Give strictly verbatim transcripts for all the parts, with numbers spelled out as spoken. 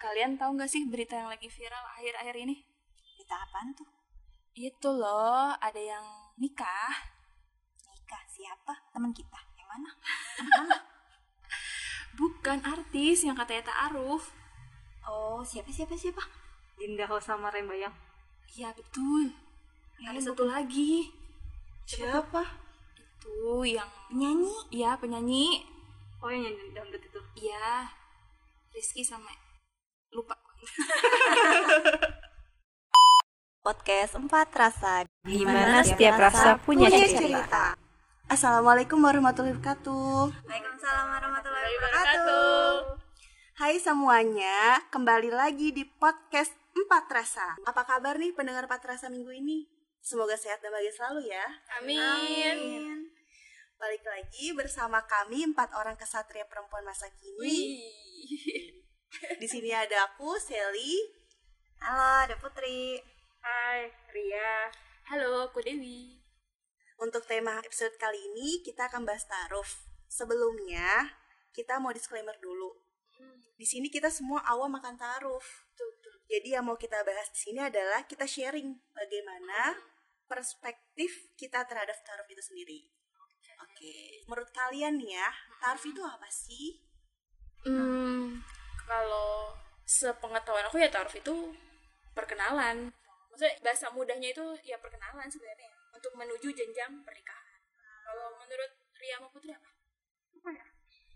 Kalian tahu nggak sih berita yang lagi viral akhir-akhir ini? Berita apaan tuh? Itu loh, ada yang nikah. Nikah siapa? Teman kita. Yang mana? Bukan artis yang katanya ta'aruf. Oh, siapa siapa siapa? Dinda Ho sama Rembayang. Iya betul. Eh, Ada satu lagi. Siapa? Itu yang Penyanyi. Iya penyanyi. Oh, yang nyanyi dangdut itu. Iya. Rizky sama lupa. Podcast Empat Rasa. Di mana setiap rasa punya cerita. Assalamualaikum warahmatullahi wabarakatuh. Waalaikumsalam warahmatullahi wabarakatuh. Hai semuanya, kembali lagi di podcast Empat Rasa. Apa kabar nih pendengar Empat Rasa minggu ini? Semoga sehat dan bahagia selalu ya. Amin. Balik lagi bersama kami empat orang kesatria perempuan masa kini. Di sini ada aku, Sally. Halo, ada Putri. Hai, Ria. Halo, aku Dewi. Untuk tema episode kali ini kita akan bahas ta'aruf. Sebelumnya kita mau disclaimer dulu. Di sini kita semua awam akan ta'aruf. Jadi yang mau kita bahas di sini adalah kita sharing bagaimana perspektif kita terhadap ta'aruf itu sendiri. Oke, menurut kalian nih ya, ta'aruf itu apa sih? Hmm, kalau sepengetahuan aku ya ta'aruf itu perkenalan. Maksudnya bahasa mudahnya itu ya perkenalan sebenarnya untuk menuju jenjang pernikahan. Kalau menurut Ria sama Putri apa? Apa ya?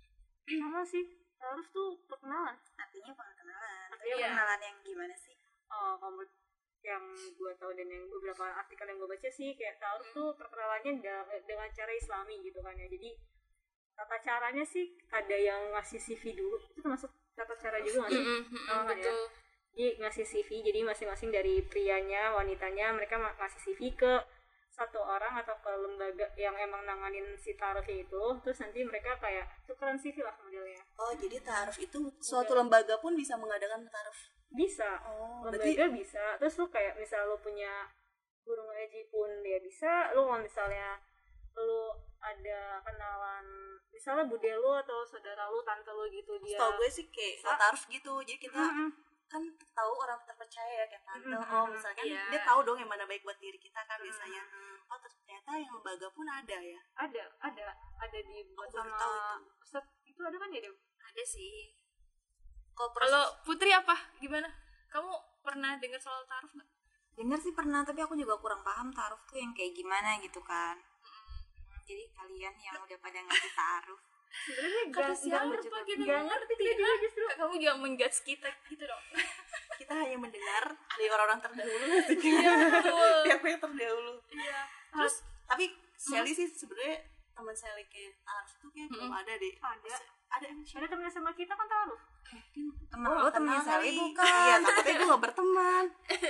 Apa sih? Harus tuh perkenalan. Artinya pengenalan. Artinya Iya. Pengenalan yang gimana sih? Oh, kamu yang gue tahu dan yang beberapa artikel yang gue baca sih kayak tahu tuh perkenalannya da- dengan cara Islami gitu kan ya. Jadi tata caranya sih ada yang ngasih C V dulu. Itu termasuk tata cara juga nggak sih? Oh, kan ya. Betul. Jadi ngasih C V, jadi masing-masing dari prianya, wanitanya mereka ma- ngasih C V ke satu orang atau ke lembaga yang emang nanganin si ta'arufnya itu, terus nanti mereka kayak tukeran C V lah modelnya. Oh, jadi ta'aruf itu suatu lembaga pun bisa mengadakan ta'aruf. Bisa, Oh, lembaga berarti bisa. Terus lu kayak misal lu punya guru ngaji pun dia bisa. Lu kalau misalnya lu ada kenalan, misalnya bude lu atau saudara lu, tante lu gitu dia. setahu gue sih kayak Bisa. ta'aruf gitu. Jadi kita Mm-mm. kan tahu orang terpercaya ya kayak tante. Mm-mm. Oh, misalkan Iya. dia tahu dong yang mana baik buat diri kita kan biasanya. Mm-mm. Oh, ternyata yang lembaga pun ada ya. Ada, ada, ada dibuat Aku baru sama tahu itu. Ustaz itu ada kan ya Dew? Ada sih. Kalau Kalau Putri apa? Gimana? Kamu pernah dengar soal ta'aruf nggak? Dengar sih pernah, tapi aku juga kurang paham ta'aruf tuh yang kayak gimana gitu kan. Jadi kalian yang udah pada ngerti ta'aruf, Sebenarnya Kata gak siapa ngerti, gitu? gak ngerti dia juga justru. Kamu jangan menjudge kita gitu dong. kita hanya mendengar dari orang-orang terdahulu sih. Betul. Pihak-pihak terdahulu. Iya. Terus Tapi Sally sih sebenarnya teman Sally kayak ta'aruf tuh kayak belum ada deh. Ada. Ada emang siapa? Ada temen sama kita kan ta'aruf. temen Gua lo nggak temennya kenal Sally kali. bukan? Iya, takutnya gue gak berteman.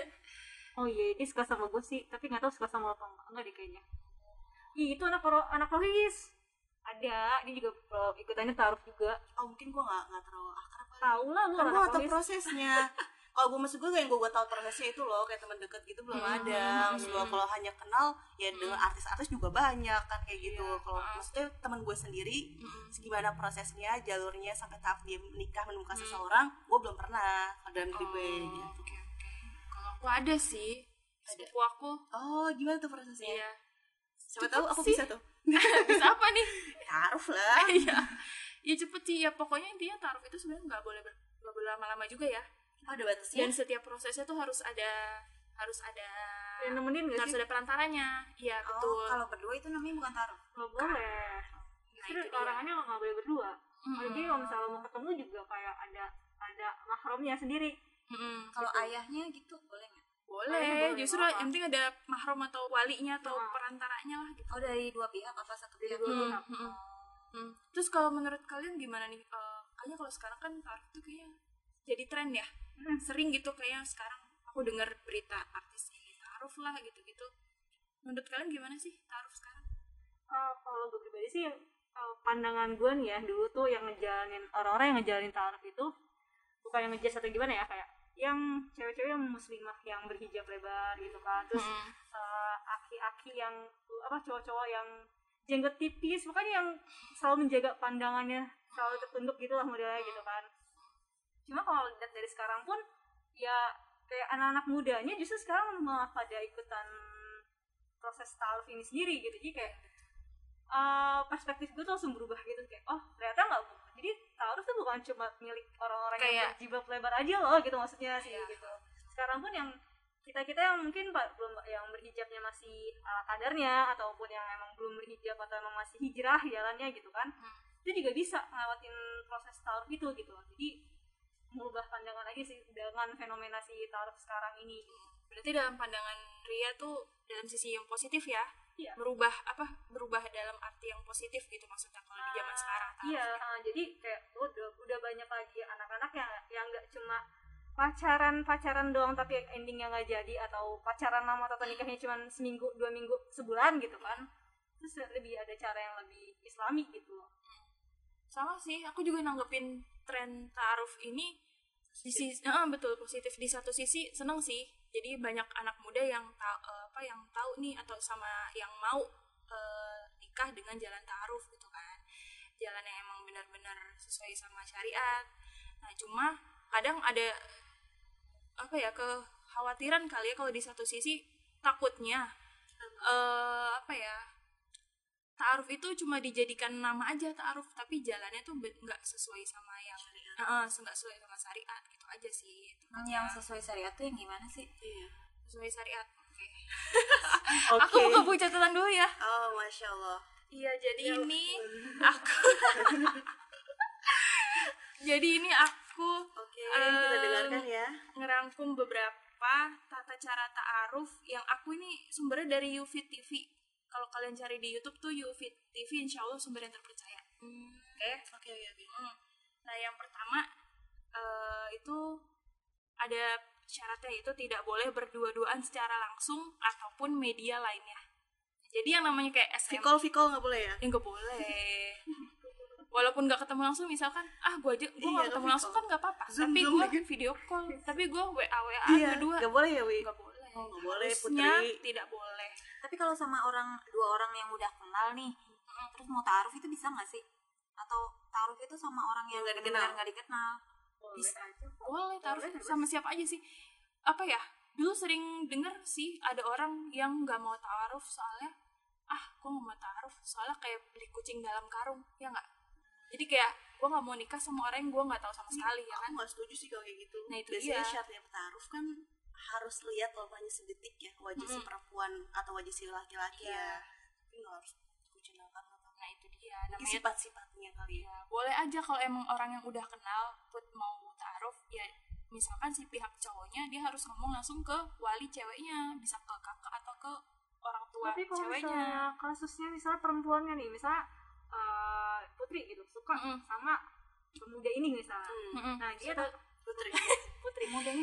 Oh iya, dia suka sama gue sih, tapi nggak tahu suka sama lo apa enggak, enggak deh kayaknya. Ih, itu anak ro- anak Rohis. Ada, dia juga uh, ikutannya ta'aruf juga. Oh, mungkin gue gak, gak terlalu akrab kali. Tahu lah lu Kan gue anak gak tau Rohis. prosesnya. Kalau gue maksud gue yang gue tau prosesnya itu loh, kayak teman deket gitu belum ada. Maksud gue kalau hanya kenal ya dengan artis-artis juga banyak kan kayak gitu. Kalau maksudnya teman gue sendiri, gimana prosesnya, jalurnya sampai tahap dia menikah menemukan seseorang, gue belum pernah dalam diri gue gitu. Oke oke. Kalau aku ada sih. Sepupu aku. Oh, gimana tuh prosesnya? Iya. Siapa tahu aku sih. bisa tuh. Bisa apa nih? Ta'aruf lah. Iya. Ya cepet sih. Ya pokoknya intinya ta'aruf itu sebenarnya nggak boleh ber- nggak boleh lama-lama juga ya. Oh, ada batasnya. Dan setiap prosesnya tuh harus ada harus ada Yang nemenin nggak harus sih? ada perantaranya. Iya Oh, betul. kalau berdua itu namanya bukan ta'aruf. Nggak boleh. Justru itu dia. orangnya nggak boleh berdua. Mm-mm. Jadi kalau misalnya mau ketemu juga kayak ada ada mahramnya sendiri. Mm-mm. Kalau ayahnya gitu boleh nggak? Boleh, boleh, justru nggak apa. yang penting ada mahram atau walinya atau Ah. perantaranya lah gitu. Oh, dari dua pihak apa satu Dari pihak? dua Hmm, pihak. hmm, hmm. Terus kalau menurut kalian gimana nih? Eh, kayaknya kalau sekarang kan ta'aruf tuh kayaknya jadi tren ya. Hmm. Sering gitu kayaknya sekarang aku dengar berita artis ini ta'aruf lah gitu-gitu. Menurut kalian gimana sih ta'aruf sekarang? Uh, kalau gue pribadi sih uh, pandangan gue nih ya dulu tuh yang ngejalanin orang-orang yang ngejalanin ta'aruf itu bukan yang ngejudge atau gimana ya, kayak yang cewek-cewek yang muslimah yang berhijab lebar gitu kan, terus Hmm. uh, aki-aki yang uh, apa cowok-cowok yang jenggot tipis, pokoknya yang selalu menjaga pandangannya selalu tertunduk gitu lah modelnya gitu kan. Cuma kalau lihat dari sekarang pun ya kayak anak-anak mudanya justru sekarang malah pada ikutan proses ta'aruf ini sendiri gitu. Jadi kayak uh, perspektif gue tuh langsung berubah gitu, kayak oh ternyata nggak, jadi ta'aruf tuh bukan cuma milik orang-orang kayak yang berjilbab lebar aja loh gitu maksudnya sih ya. Gitu. Sekarang pun yang kita-kita yang mungkin pak belum yang berhijabnya masih ala kadarnya ataupun yang emang belum berhijab atau emang masih hijrah jalannya gitu kan, hmm. itu juga bisa ngelewatin proses ta'aruf itu gitu loh. Jadi merubah pandangan aja sih dengan fenomena si ta'aruf sekarang ini. Berarti dalam pandangan Ria tuh dalam sisi yang positif ya? Iya. Merubah apa? Berubah dalam arti yang positif gitu maksudnya kalau di zaman sekarang. Iya, uh, jadi kayak udah udah banyak lagi anak-anak yang yang nggak cuma pacaran pacaran doang tapi endingnya nggak jadi, atau pacaran lama atau nikahnya cuma seminggu dua minggu sebulan gitu kan. Terus lebih ada cara yang lebih islami gitu. Sama sih, aku juga nanggepin tren ta'aruf ini di sisi, uh, betul positif. Di satu sisi seneng sih, jadi banyak anak muda yang tahu uh, apa yang tahu nih atau sama yang mau uh, nikah dengan jalan ta'aruf gitu kan, jalan yang emang benar-benar sesuai sama syariat. Nah cuma kadang ada apa ya kekhawatiran kali ya kalau di satu sisi takutnya uh, apa ya ta'aruf itu cuma dijadikan nama aja ta'aruf, tapi jalannya tuh nggak sesuai sama yang uh, nggak sesuai sama syariat gitu aja sih. Hmm, yang sesuai syariat tuh yang gimana sih? Iya. Sesuai syariat. Oke. Okay. Okay. Aku buka buku catatan dulu ya. Oh, masya Allah. Iya, jadi ya, ini aku. Jadi ini aku. Oke, okay, um, kita dengarkan ya. Ngerangkum beberapa tata cara ta'aruf yang aku ini sumbernya dari YouFit T V. Kalau kalian cari di YouTube tuh YouFit T V, insya Allah sumber yang terpercaya. Hmm. Oke, oke, oke. Nah, yang pertama uh, itu ada syaratnya, itu tidak boleh berdua-duaan secara langsung ataupun media lainnya. Jadi yang namanya kayak S M, Vikol, Vikol nggak boleh ya? Ya nggak boleh. Walaupun nggak ketemu langsung, misalkan ah gue aja gue nggak iya, ketemu langsung kan nggak apa-apa. Zoom, tapi Zoom, gue video call, tapi gue W A W A iya, berdua. Nggak boleh ya, Wi? Nggak boleh. Oh, nggak boleh, Harusnya Putri. Tidak boleh. Tapi kalau sama orang dua orang yang udah kenal nih, hmm. terus mau ta'aruf itu bisa nggak sih? Atau ta'aruf itu sama orang yang nggak dikenal? Nggak dikenal? Bisa aja. Boleh ta'aruf sama siapa aja sih? Apa ya? Dulu sering dengar sih ada orang yang nggak mau ta'aruf soalnya ah gue nggak mau ta'aruf soalnya kayak beli kucing dalam karung, ya nggak? Jadi kayak gue nggak mau nikah sama orang yang gue nggak tahu sama sekali, ya kan? Aku nggak setuju sih kalau kayak gitu. Nah itu biasanya dia. syaratnya ta'aruf kan harus lihat wajahnya sedetik ya, wajah mm-hmm. si perempuan atau wajah si laki-laki yeah. ya. Tapi nggak harus kucing dalam karung. Nah itu dia. Namanya sifat-sifatnya kali ya. Boleh aja kalau emang orang yang udah kenal put mau ta'aruf ya. Misalkan si pihak cowoknya dia harus ngomong langsung ke wali ceweknya, bisa ke kakak atau ke orang tua tapi kalau ceweknya. Misalnya kasusnya misalnya perempuannya nih, misalnya uh, Putri gitu suka mm-hmm. sama pemuda ini misalnya, mm-hmm. nah dia tuh Putri Putri mudanya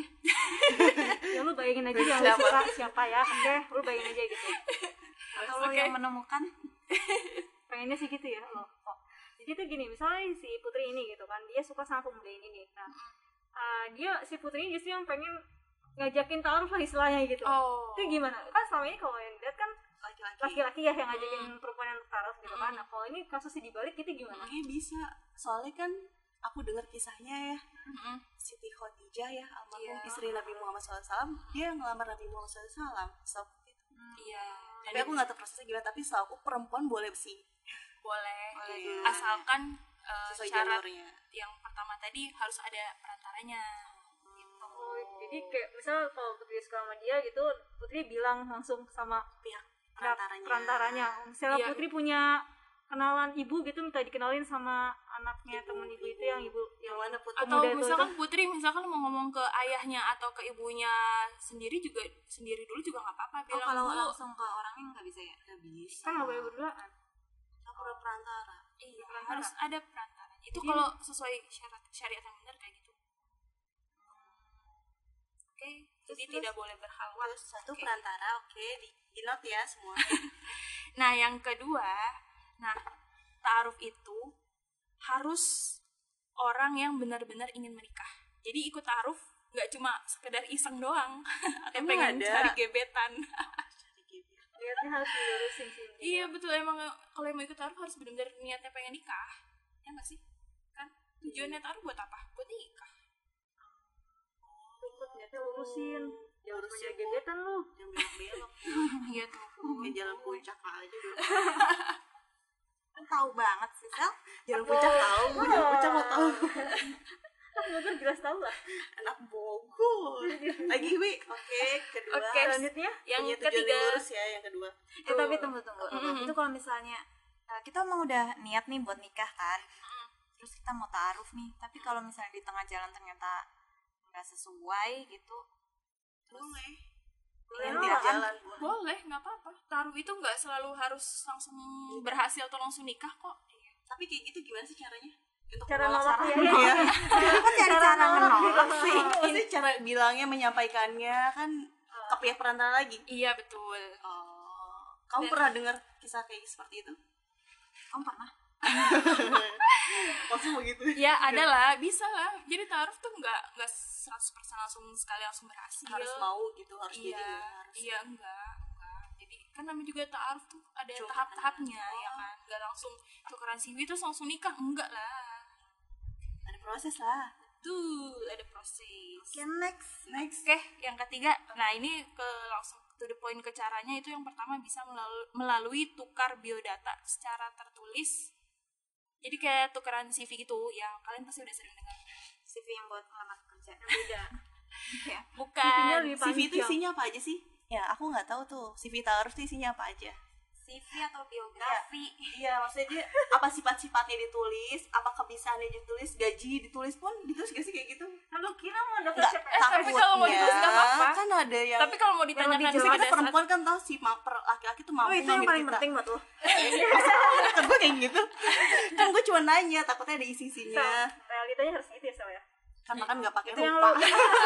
ya lu bayangin aja yang lu suka siapa ya, oke okay, lu bayangin aja gitu. Atau lu okay. yang menemukan pengennya sih gitu ya lo. Oh. Jadi tuh gini, misalnya si Putri ini gitu kan, dia suka sama pemuda ini nih. Nah uh, dia si Putri ini justru yang pengen ngajakin ta'aruf lah istilahnya gitu. Oh. Itu gimana? Kan selama ini kalau yang lihat kan laki-laki, laki-laki ya yang ngajakin hmm. perempuan yang ta'aruf gitu kan. Hmm. Nah kalau ini kasusnya dibalik itu gimana? Makanya bisa. Soalnya kan aku dengar kisahnya ya, hmm. Siti Khadijah ya, almarhum yeah. istri Nabi Muhammad shallallahu alaihi wasallam, dia ngelamar Nabi Muhammad shallallahu alaihi wasallam. So, gitu. Iya. Tapi aku nggak tahu prosesnya gimana. Tapi setahu aku perempuan boleh sih. Boleh. Boleh. Asalkan uh, sesuai syarat jalurnya. Yang pertama tadi harus ada perantaranya. Oh, jadi kayak misal kalau Putri suka sama dia gitu, Putri bilang langsung sama pihak perantaranya. perantaranya. Misalnya iya. Putri punya kenalan ibu gitu, minta dikenalin sama anaknya ibu, temen ibu, ibu itu yang ibu yang mana Putri atau muda misalkan itu. Putri misalkan mau ngomong ke ayahnya atau ke ibunya sendiri juga sendiri dulu juga nggak apa-apa. Oh, kalau langsung ke orangnya nggak bisa ya? Nggak bisa. Kan nggak boleh berduaan. Aku perantara. Iya, perantara. Harus ada perantara. Itu kalau sesuai syarat syariat yang benar kayak gitu. Oke, okay, jadi terus, tidak boleh berhalwat. Satu okay. perantara, oke, okay. di, di note ya semua. Nah, yang kedua, nah ta'aruf itu harus orang yang benar-benar ingin menikah. Jadi ikut ta'aruf nggak cuma sekedar iseng doang atau pengen ada? cari gebetan. Niatnya harus dilurusin sih. Iya betul, emang kalau mau ikut ta'aruf harus benar-benar niatnya pengen nikah, ya nggak sih? Kan tujuannya ta'aruf buat apa? Buat nikah. Terus ternyata lurusin. Jangan Lurusin, punya gebetan lu. Yang belok-belok. Iya tuh. Kayak jalan puncak aja udah. Tahu banget sih, Sel. Jalan puncak tahu, gue jalan puncak mau tahu. Bogor jelas tahu lah. Anak Bogor. Lagi Wi. Oke, kedua. Oke, Selanjutnya yang Punya tujuan ketiga yang lurus ya, yang kedua. Eh tapi tunggu tunggu. Mm-mm. Itu kalau misalnya uh, kita mau udah niat nih buat nikah kan. Terus kita mau taaruf nih, tapi kalau misalnya di tengah jalan ternyata nggak sesuai gitu. Boleh. Boleh Yang nolak dia kan? jalan boleh. boleh, nggak apa-apa. Taruh itu nggak selalu harus langsung berhasil atau langsung nikah kok. Tapi kayak gitu gimana sih caranya? Untuk cara menolak nolaknya saran? ya. Iya. Kan cari cara menolak sih. Maksudnya cara bilangnya, menyampaikannya kan ke pihak perantara lagi. Iya betul. Oh. Kamu Dan- pernah dengar kisah kayak seperti itu? Kamu pernah? Langsung begitu. Ya ada lah, bisa lah. Jadi taruh tuh nggak nggak seratus persen langsung sekali langsung berhasil. Harus mau gitu, harus Iya, jadi harus. iya enggak, enggak. Jadi kan namanya juga taaruf tuh ada Coba. tahap-tahapnya Oh. ya kan. Enggak langsung tukeran C V terus langsung nikah, enggak lah. Ada proses lah. Tuh, ada proses. Oke, next. Next. Oke, yang ketiga. Nah, ini ke langsung to the point ke caranya itu yang pertama bisa melalui, melalui tukar biodata secara tertulis. Jadi kayak tukeran C V gitu yang kalian pasti udah sering dengar. C V yang buat ngelamar kerja. Beda. Ya. C V-nya Bukan. lebih C V itu panjang. isinya apa aja sih? Ya, aku nggak tahu tuh. C V taruh tuh isinya apa aja? C V atau biografi. Iya, maksudnya dia apa sifat-sifatnya ditulis, apa kebiasaannya ditulis, gaji ditulis pun ditulis gak sih kayak gitu? Lu kira mau daftar Nggak, C P S? Eh, tapi kalau mau ditulis nggak apa-apa. kan ada yang Tapi kalau mau ditanyakan lebih Maksudnya jelas, kita pada saat- perempuan kan tahu sih, ma- per- laki-laki tuh mampu Oh, itu nggak yang hidup paling kita. penting buat lo. Kan gue kayak gitu. Kan gue cuma nanya, takutnya ada isi-isinya. Realitanya harus gitu ya, Sel ya. Kan makan nggak pakai Itu yang lupa. lo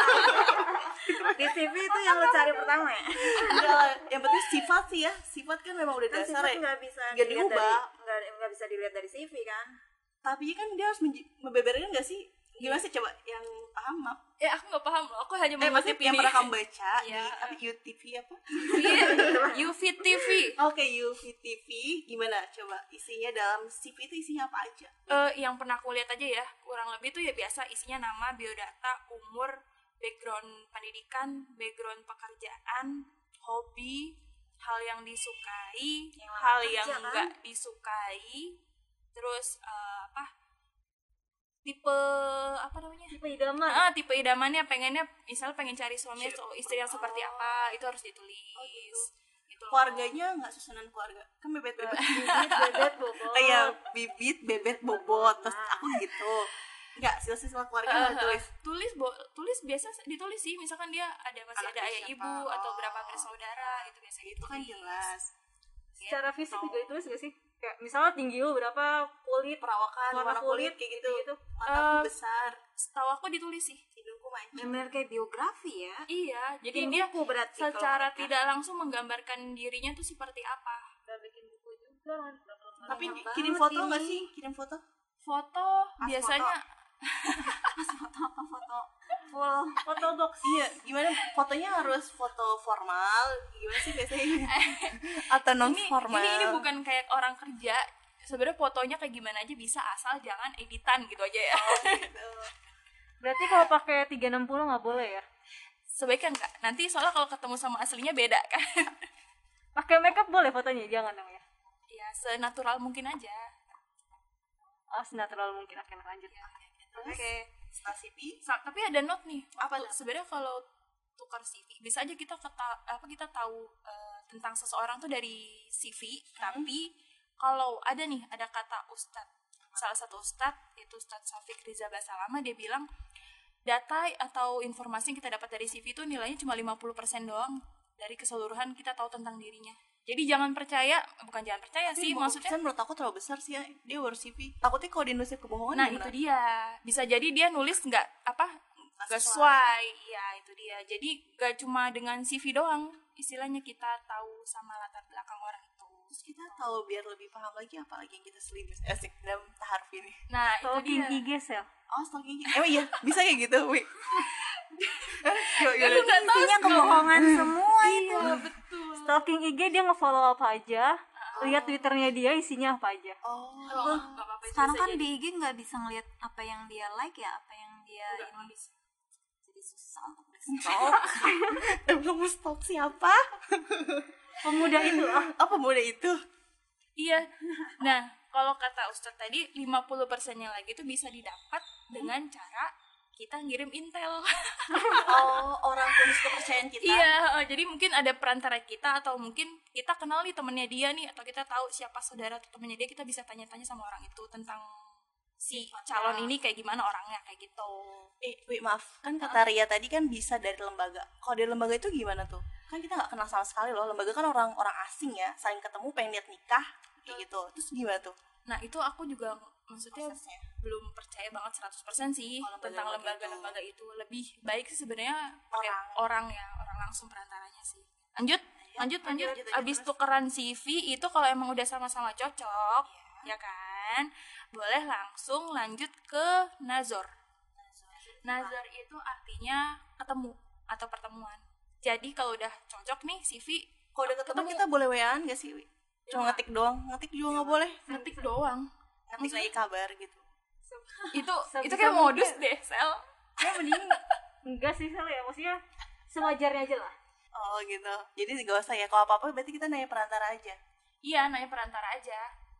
di C V itu yang lo cari pertama ya. Enggak lah, yang penting sifat sih ya. Sifat kan memang udah Kan dasar sifat ya. nggak bisa Nggak dilihat dari diubah. nggak nggak bisa dilihat dari C V kan. Tapi kan dia harus menji- membeberkan nggak sih? Gimana sih coba yang paham maaf? Eh, aku nggak paham loh. Aku hanya Eh, maksudnya mengutip yang ini. pernah kamu baca di Iya. apa U T V apa? U V T V. Oke, U V T V gimana? Coba isinya dalam C V itu isinya apa aja? Eh, yang pernah aku lihat aja ya, kurang lebih tuh ya biasa isinya nama, biodata, umur, background pendidikan, background pekerjaan, hobi, hal yang disukai, Yang hal lamar yang kerja, kan? enggak disukai, terus eh, apa? Tipe apa namanya? Tipe idaman. Ah, tipe idamannya pengennya misalnya pengen cari suami atau istri yang seperti apa, itu harus ditulis. Gitu loh. Keluarganya nggak susunan keluarga. Kan bebet-bebet. Bibit, bebet, bobot. Oh iya, bibit, bebet, bobot. Terus aku gitu. Enggak, silsilah keluarga nggak Eh, tulis. tulis bo- tulis biasa ditulis sih, misalkan dia ada masih Anaknya ada ayah siapa? ibu atau Oh. berapa bersaudara itu biasa Itu kan jelas. Secara fisik juga ditulis gak sih? Kayak misalnya tinggi lu berapa, kulit, Perawakan, warna warna kulit, kulit kayak gitu. gitu. Mataku Eh, besar, Setahu aku ditulis sih. hidungku mancung. Benar kayak biografi ya. Iya, jadi Bikin dia buku berarti kalau secara mereka. tidak langsung menggambarkan dirinya tuh seperti apa. Udah bikin buku juga kan. Tapi Banyak kirim banget foto ini. nggak sih? Kirim foto? Foto Pas biasanya Pas foto apa foto full. Foto box. Iya, gimana fotonya harus foto formal? Gimana sih biasanya? Atau non ini, formal? ini ini bukan kayak orang kerja. Sebenarnya fotonya kayak gimana aja bisa asal jangan editan gitu aja ya. Gitu. Berarti kalau pakai tiga enam puluh nggak boleh ya? Sebaiknya enggak. Nanti soalnya kalau ketemu sama aslinya beda kan. Pakai makeup boleh fotonya, jangan dong ya. Ya senatural mungkin aja. Oh, senatural mungkin akan lanjut. Oke. Setelah C V, Sa- tapi ada note nih. Apa Waktu- tuh? sebenarnya kalau tukar C V bisa aja kita keta- apa kita tahu eh, tentang seseorang tuh dari C V, tapi kalau ada nih ada kata ustad, salah satu ustad itu Ustadz Syafiq Riza Basalama, dia bilang data atau informasi yang kita dapat dari C V itu nilainya cuma lima puluh persen doang dari keseluruhan kita tahu tentang dirinya. Jadi jangan percaya, bukan jangan percaya sih, maksudnya menurut aku terlalu besar sih ya. Dia baru C V. Takutnya kalau dia nulis kebohongan nah gimana? itu dia, bisa jadi dia nulis nggak apa Nggak nggak sesuai. sesuai, ya itu dia. Jadi gak cuma dengan C V doang, istilahnya kita tahu sama latar belakang orang itu. Terus kita tahu biar lebih paham lagi apa lagi yang kita selidiki asik dalam taharuf ini. Nah itu Stalking dia. I G sel. Oh, stalking. Emang iya, bisa kayak gitu, Wi. Yuk, yuk, Lu nggak tahu Isinya kebohongan semua itu. Iya betul. Stalking I G dia nge-follow apa aja, lihat Twitternya dia isinya apa aja. Oh, Oh, nggak apa-apa, itu Sekarang bisa kan jadi. di I G nggak bisa ngeliat apa yang dia like ya, apa yang dia Nggak, ini. nggak bisa. Jadi susah untuk di stok. Emang mau stok siapa? Pemuda itu ah. Apa muda itu? Iya. Nah, kalau kata Ustadz tadi lima puluh persennya lagi tuh bisa didapat dengan cara kita ngirim intel. Oh, orang tulus kepercayaan kita. Iya, eh, jadi mungkin ada perantara kita atau mungkin kita kenal nih temennya dia nih atau kita tahu siapa saudara atau temennya dia, kita bisa tanya-tanya sama orang itu tentang si calon ini kayak gimana orangnya kayak gitu. Eh, wait, maaf. Kan kata Ria tadi kan bisa dari lembaga. Kalau dari lembaga itu gimana tuh? Kan kita nggak kenal sama sekali loh. Lembaga kan orang-orang asing ya. Saling ketemu pengen lihat nikah kayak gitu. Terus gimana tuh? Nah, itu aku juga maksudnya Prosesnya. belum percaya banget seratus persen sih Oh, lembaga-lembaga tentang lembaga-lembaga itu. Lebih baik sih sebenarnya pakai orang ya, orang langsung perantaranya sih. Lanjut, lanjut, lanjut. lanjut, lanjut, Abis terus. tukeran C V itu kalau emang udah sama-sama cocok, ya kan, boleh langsung lanjut ke Nazor. Nazor itu artinya ketemu atau pertemuan. Jadi kalau udah cocok nih C V, Kalau udah ketemu kita boleh W A-an gak sih, Wi? Cuma ngetik doang. Ngetik juga nggak boleh. ngetik doang. Ngetik lagi kabar gitu. Itu itu Sebisa kayak modus mungkin. deh, Sel. Ya mending enggak sih Sel ya, maksudnya sewajarnya aja lah. Oh gitu. Jadi gak usah ya. Kalau apa-apa berarti kita nanya perantara aja. Iya, nanya perantara aja.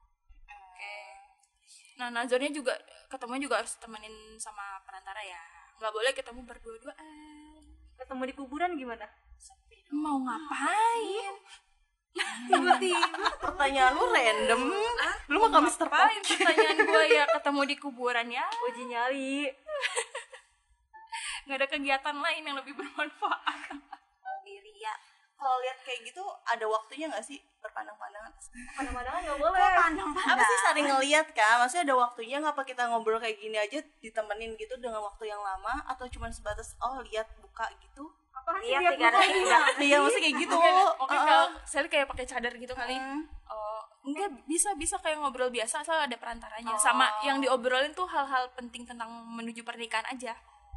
Oke. Nah, Nazornya juga ketemu juga harus temenin sama perantara ya. Nggak boleh ketemu berdua-duaan. Ketemu di kuburan gimana? Mau ngapain? Tiba-tiba pertanyaan lu random. Lu mah kami Ngapain pertanyaan gue ya ketemu di kuburan ya? Uji nyali. Nggak ada kegiatan lain yang lebih bermanfaat. Diri ya. Kalau lihat kayak gitu ada waktunya nggak sih berpandang-pandangan? Pandang-pandangan nggak boleh. Apa sih sering ngeliat kan? Maksudnya ada waktunya nggak? Apa kita ngobrol kayak gini aja ditemenin gitu dengan waktu yang lama? Atau cuma sebatas oh lihat buka gitu? Apa sih Lihat lihat tiga buka detik gimana? udah. Iya maksudnya kayak gitu. Oke, Uh-uh. kalau Sally kayak pakai cadar gitu kali. Hmm. Oh, enggak, bisa bisa kayak ngobrol biasa asal ada perantaranya. Oh. Sama yang diobrolin tuh hal-hal penting tentang menuju pernikahan aja.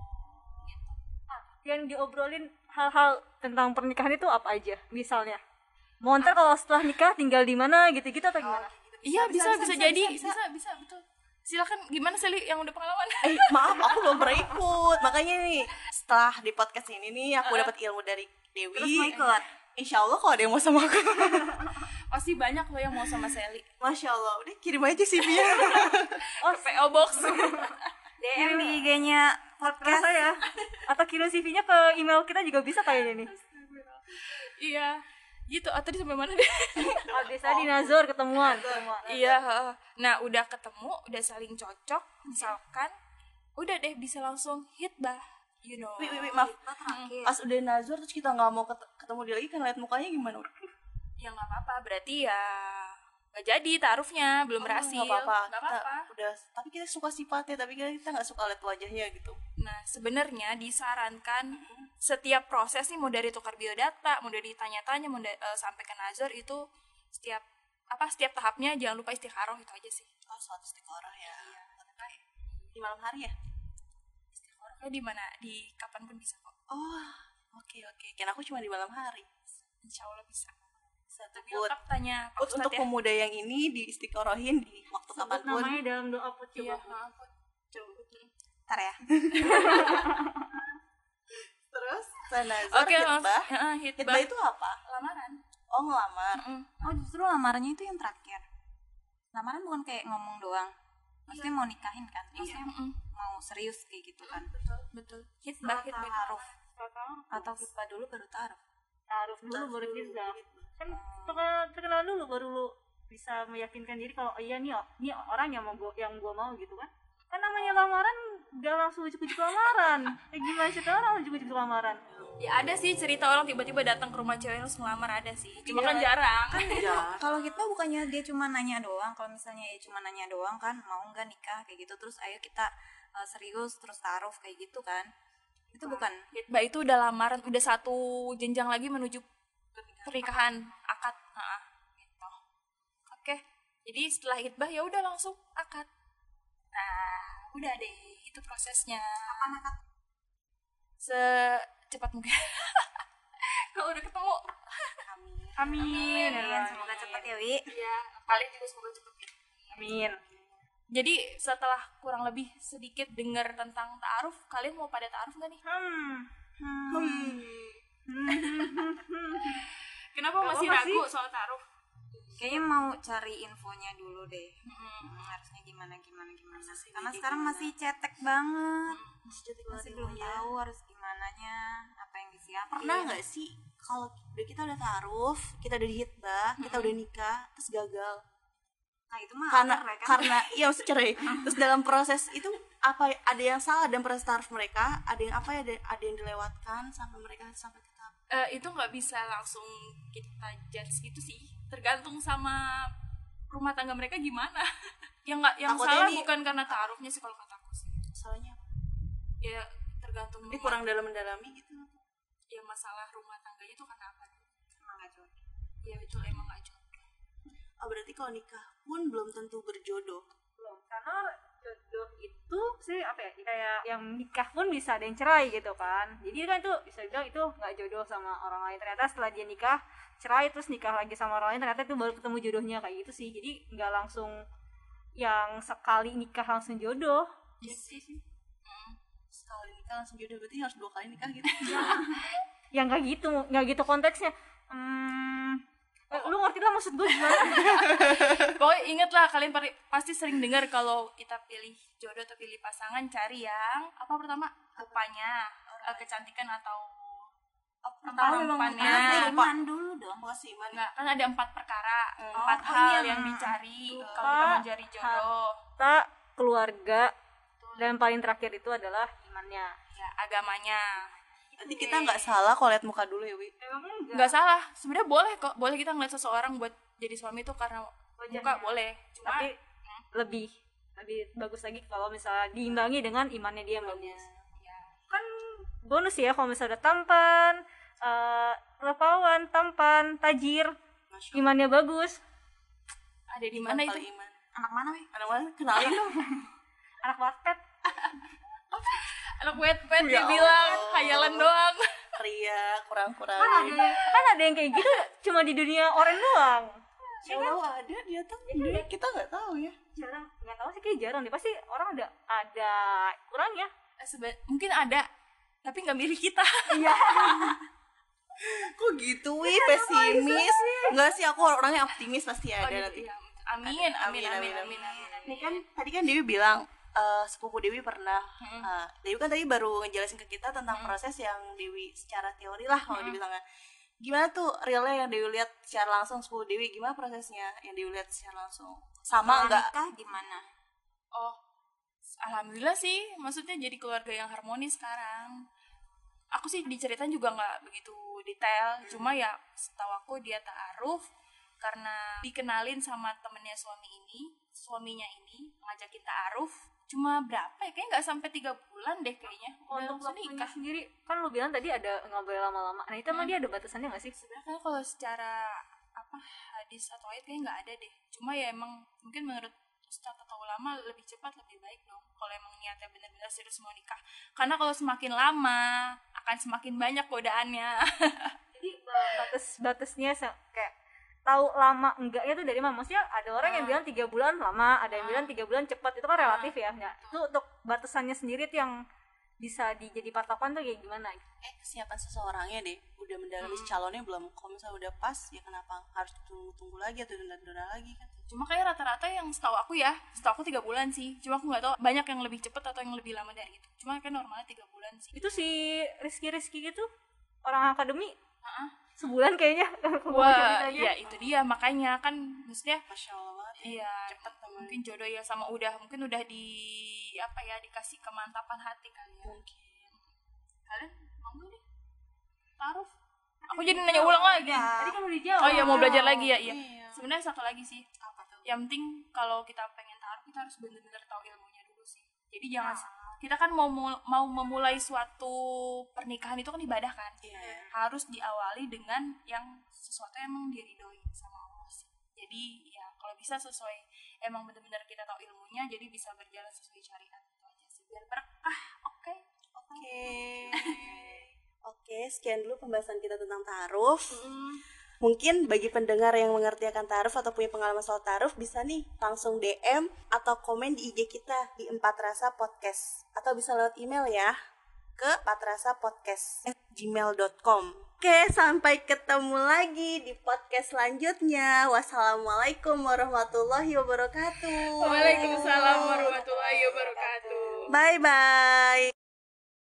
Yang diobrolin hal-hal tentang pernikahan itu apa aja? Misalnya, mau ntar kalau setelah nikah tinggal di mana gitu-gitu atau gimana? Iya, bisa bisa, jadi. bisa. Bisa, bisa, betul. Silakan, gimana Sally yang udah pengalaman? Eh maaf aku belum pernah ikut. Makanya nih setelah di podcast ini nih aku dapat ilmu dari Dewi. Terus mau ikut? Insya Allah kalau ada yang mau sama aku. Pasti banyak loh yang mau sama Sally. Masya Allah. Udah kirim aja C V-nya. Oh, P O Box. D M di I G-nya podcast. Rasa ya? Atau kirim C V-nya ke email kita juga bisa kayaknya nih. Iya, gitu. Ah, tadi sampai mana deh? Oh, biasa di Nazor ketemuan. ketemuan. Iya, heeh. Nah, udah ketemu, udah saling cocok, misalkan udah deh bisa langsung hitbah, you know. Wih, wih, wih, maaf. Terakhir. Pas udah nazar terus kita nggak mau ket- ketemu dia lagi kan lihat mukanya gimana? Ya nggak apa-apa, berarti ya nggak jadi taarufnya, belum berhasil. Nggak apa-apa. Nggak Kita apa-apa. udah, tapi kita suka sifatnya, tapi kita nggak suka lihat wajahnya gitu. Nah, sebenarnya disarankan setiap proses nih, mau dari tukar biodata, mau dari tanya-tanya, mau da- eh, sampai ke nazar itu setiap apa setiap tahapnya jangan lupa istikharah, itu aja sih. Oh, suatu istiqoroh ya. Di malam hari ya? Istikharah di mana? Di kapan pun bisa kok. Oh, oke oke. Kan aku cuma di malam hari. Insya Allah bisa. Satu Tapi buat lengkap tanya Pak Put Ustadz untuk ya. pemuda yang ini di istiqorohin di waktu Sebut kapanpun. namanya dalam doa put coba. Iya, maaf. Coba. Ntar ya. Terus sanazar Oke, hitbah. Heeh, hitbah. Hitbah itu apa? lamaran. Oh, ngelamar. Mm-mm. Oh justru lamarannya itu yang terakhir. Lamaran bukan kayak ngomong doang. Maksudnya mau nikahin kan? Maksudnya Mm-mm. mau serius kayak gitu kan? Betul, betul. Hitbah, hitbah. Taruh. Taruh. Atau hitbah dulu baru taruh. Taruh dulu baru kita. Kan terkenal, terkenal dulu baru lu bisa meyakinkan diri kalau oh, iya nih, nih orang yang mau gua, yang gua mau gitu kan. Kan namanya lamaran gak langsung ujuk-ujuk lamaran. Eh gimana sih orang ujuk-ujuk lamaran? Ya ada sih cerita orang tiba-tiba datang ke rumah cewek terus ngelamar, ada sih. Cuma Iya. kan jarang. Iya. Kalau hitbah bukannya dia cuma nanya doang. Kalau misalnya ya cuma nanya doang kan, mau nggak nikah kayak gitu. Terus ayo kita uh, serius terus taruh kayak gitu kan? Itu bukan. Hitbah itu udah lamaran, udah satu jenjang lagi menuju pernikahan, akad. Heeh, gitu. Oke. Jadi setelah hitbah ya udah langsung akad. Nah, udah deh, itu prosesnya. Kapan akad? Secepat mungkin. Kalau udah ketemu. Amin. Amin. Semoga cepat ya Wi. Iya, paling juga semoga cepet. Amin. Jadi setelah kurang lebih sedikit dengar tentang ta'aruf, kalian mau pada ta'aruf nggak nih? Hmm. Hmm. Kenapa Gak masih apa-apa ragu sih. soal ta'aruf? Kayaknya mau cari infonya dulu deh. Hmm. Hmm, harusnya gimana gimana gimana. Karena sekarang masih cetek banget. Masih belum tahu harus gimana nya, apa yang disiapin. Pernah nggak sih kalau udah kita udah taaruf, kita udah dihitbah, kita udah nikah, terus gagal? Nah itu mah Karena cerai kan? karena iya maksudnya cerai. Terus dalam proses itu apa ada yang salah dalam proses taaruf mereka? Ada yang apa ya? Ada, ada yang dilewatkan sampai mereka sampai ke tahap Eh, itu nggak bisa langsung kita judge gitu sih, tergantung sama rumah tangga mereka gimana. yang nggak yang Takutnya salah ini- bukan karena ta'arufnya sih kalau kataku sih, masalahnya apa? ya tergantung Ini rumah- kurang dalam mendalami gitu. ya masalah rumah tangganya itu karena apa? Emang nggak jodoh. Ya betul, emang nggak jodoh. Oh berarti kalau nikah pun belum tentu berjodoh. Belum, karena jodoh itu sih apa ya, kayak yang nikah pun bisa ada yang cerai gitu kan. Jadi kan tuh bisa bilang itu nggak jodoh sama orang lain, ternyata setelah dia nikah cerai terus nikah lagi sama orang lain, ternyata itu baru ketemu jodohnya, kayak gitu sih. Jadi nggak langsung yang sekali nikah langsung jodoh. Iya sih sih. Sekali nikah langsung jodoh berarti harus dua kali nikah gitu. Yang nggak gitu, nggak gitu konteksnya. Hmm, eh, lu ngerti lah maksud gue gimana? Pokoknya inget lah, kalian pari- pasti sering dengar kalau kita pilih jodoh atau pilih pasangan, cari yang apa pertama, rupanya, eh, kecantikan atau Pertama memang tampannya. Harus Lupa. iman dulu dong. Mau sih iman. Enggak, kan ada empat perkara, Hmm. empat Oh, hal iya. yang dicari Lupa, kalau kita mau cari jodoh. Tak, keluarga, dan paling terakhir itu adalah imannya. Ya, agamanya. Nanti kita nggak salah kalau lihat muka dulu ya Wi. Emang Nggak salah, sebenarnya boleh kok, boleh kita ngeliat seseorang buat jadi suami itu karena Wajahnya. muka boleh. Cuma Tapi lebih lebih bagus lagi kalau misalnya diimbangi dengan imannya dia yang bagus. ya, Kan bonus ya kalau misalnya udah tampan, eh rupawan, tampan, tajir, Masya Allah. imannya bagus, ada di mana Tanpa itu? iman. Anak mana Wi? Anak mana? Kenalin dong. anak basket. Anak wet-wet Ya dibilang Allah. hayalan doang. Pria kurang-kurang. Kan ada yang, kan ada yang kayak gitu cuma di dunia oren doang. Ya Allah ada dia tuh. Dia kita nggak tahu ya. Jarang, nggak tahu sih, kayak jarang deh. Pasti orang ada ada kurangnya. Eh, sebe- mungkin ada, tapi nggak milih kita. Kok gitu Wi? Pesimis. Enggak sih aku orangnya optimis pasti Oh, ada gitu, nanti. ya. Amin, amin, amin, amin, amin. Ini kan tadi kan Dewi bilang eh, sepupu Dewi pernah eh, Dewi kan tadi baru ngejelasin ke kita tentang proses yang Dewi secara teori lah kalau dibilangnya. Gimana tuh realnya yang Dewi lihat secara langsung sepupu Dewi, gimana prosesnya yang Dewi lihat secara langsung? Sama Kalau enggak? nikah gimana? Oh, alhamdulillah sih, maksudnya jadi keluarga yang harmonis sekarang. Aku sih diceritain juga nggak begitu detail, cuma ya setahu aku dia ta'aruf karena dikenalin sama temennya suami ini, suaminya ini ngajakin ta'aruf. Cuma berapa ya? Kayaknya nggak sampai tiga bulan deh kayaknya. Udah Untuk langsung waktunya nikah. sendiri, kan lu bilang tadi ada ngobrol lama-lama. Nah itu emang dia ada batasannya nggak sih? Sebenarnya kan kalau secara apa hadis atau ayat kayaknya nggak ada deh. Cuma ya emang mungkin menurut ustadz atau ulama lebih cepat lebih baik dong kalau emang niatnya benar-benar serius mau nikah. Karena kalau semakin lama akan semakin banyak godaannya. Jadi batas-batasnya se- kayak tahu lama enggaknya tuh dari mana? Maksudnya ada orang yang Ah. bilang tiga bulan lama, ada yang Ah. bilang tiga bulan cepat, itu kan relatif Ah, ya. Nah, itu untuk batasannya sendiri tuh yang bisa dijadi patokan tuh kayak gimana? Eh kesiapan seseorangnya deh udah mendalami si calonnya belum? Kalau misalnya udah pas ya kenapa harus tunggu-tunggu lagi atau tunda-tunda lagi kan? Cuma kayak rata-rata yang setahu aku ya, setahu aku tiga bulan sih. Cuma aku nggak tahu banyak yang lebih cepat atau yang lebih lama dari itu. Cuma kayak normalnya tiga bulan sih. Itu si Rizky-Rizky gitu, orang akademi, Heeh. sebulan kayaknya. Wah, Ceritanya. ya itu dia makanya kan maksudnya Masya Allah banget. iya cepet mungkin jodoh ya sama udah mungkin udah di apa ya dikasih kemantapan hati kali ya. Mungkin. Kalian mau nggak deh taruh? Aku jadi nanya ulang lagi. Tadi kan udah dijawab. Oh iya mau belajar lagi ya, iya. Iya. Sebenarnya satu lagi sih. Apa tuh? Yang penting kalau kita pengen taruh kita harus benar-benar tahu ilmunya dulu sih. Jadi jangan kita kan mau mul- mau memulai suatu pernikahan itu kan ibadah kan. Iya. Harus diawali dengan yang sesuatu yang emang diridhoi sama Allah sih. Jadi ya kalau bisa sesuai emang benar-benar kita tahu ilmunya jadi bisa berjalan sesuai syariat itu aja sih biar berkah. Oke. Oke. Oke, sekian dulu pembahasan kita tentang ta'aruf. Mungkin bagi pendengar yang mengerti akan ta'aruf atau punya pengalaman soal ta'aruf, bisa nih langsung D M atau komen di I G kita di Empat Rasa Podcast, atau bisa lewat email ya ke empat-rasa-podcast at gmail dot com. Oke, sampai ketemu lagi di podcast selanjutnya. Wassalamualaikum warahmatullahi wabarakatuh. Waalaikumsalam warahmatullahi wabarakatuh. Bye bye.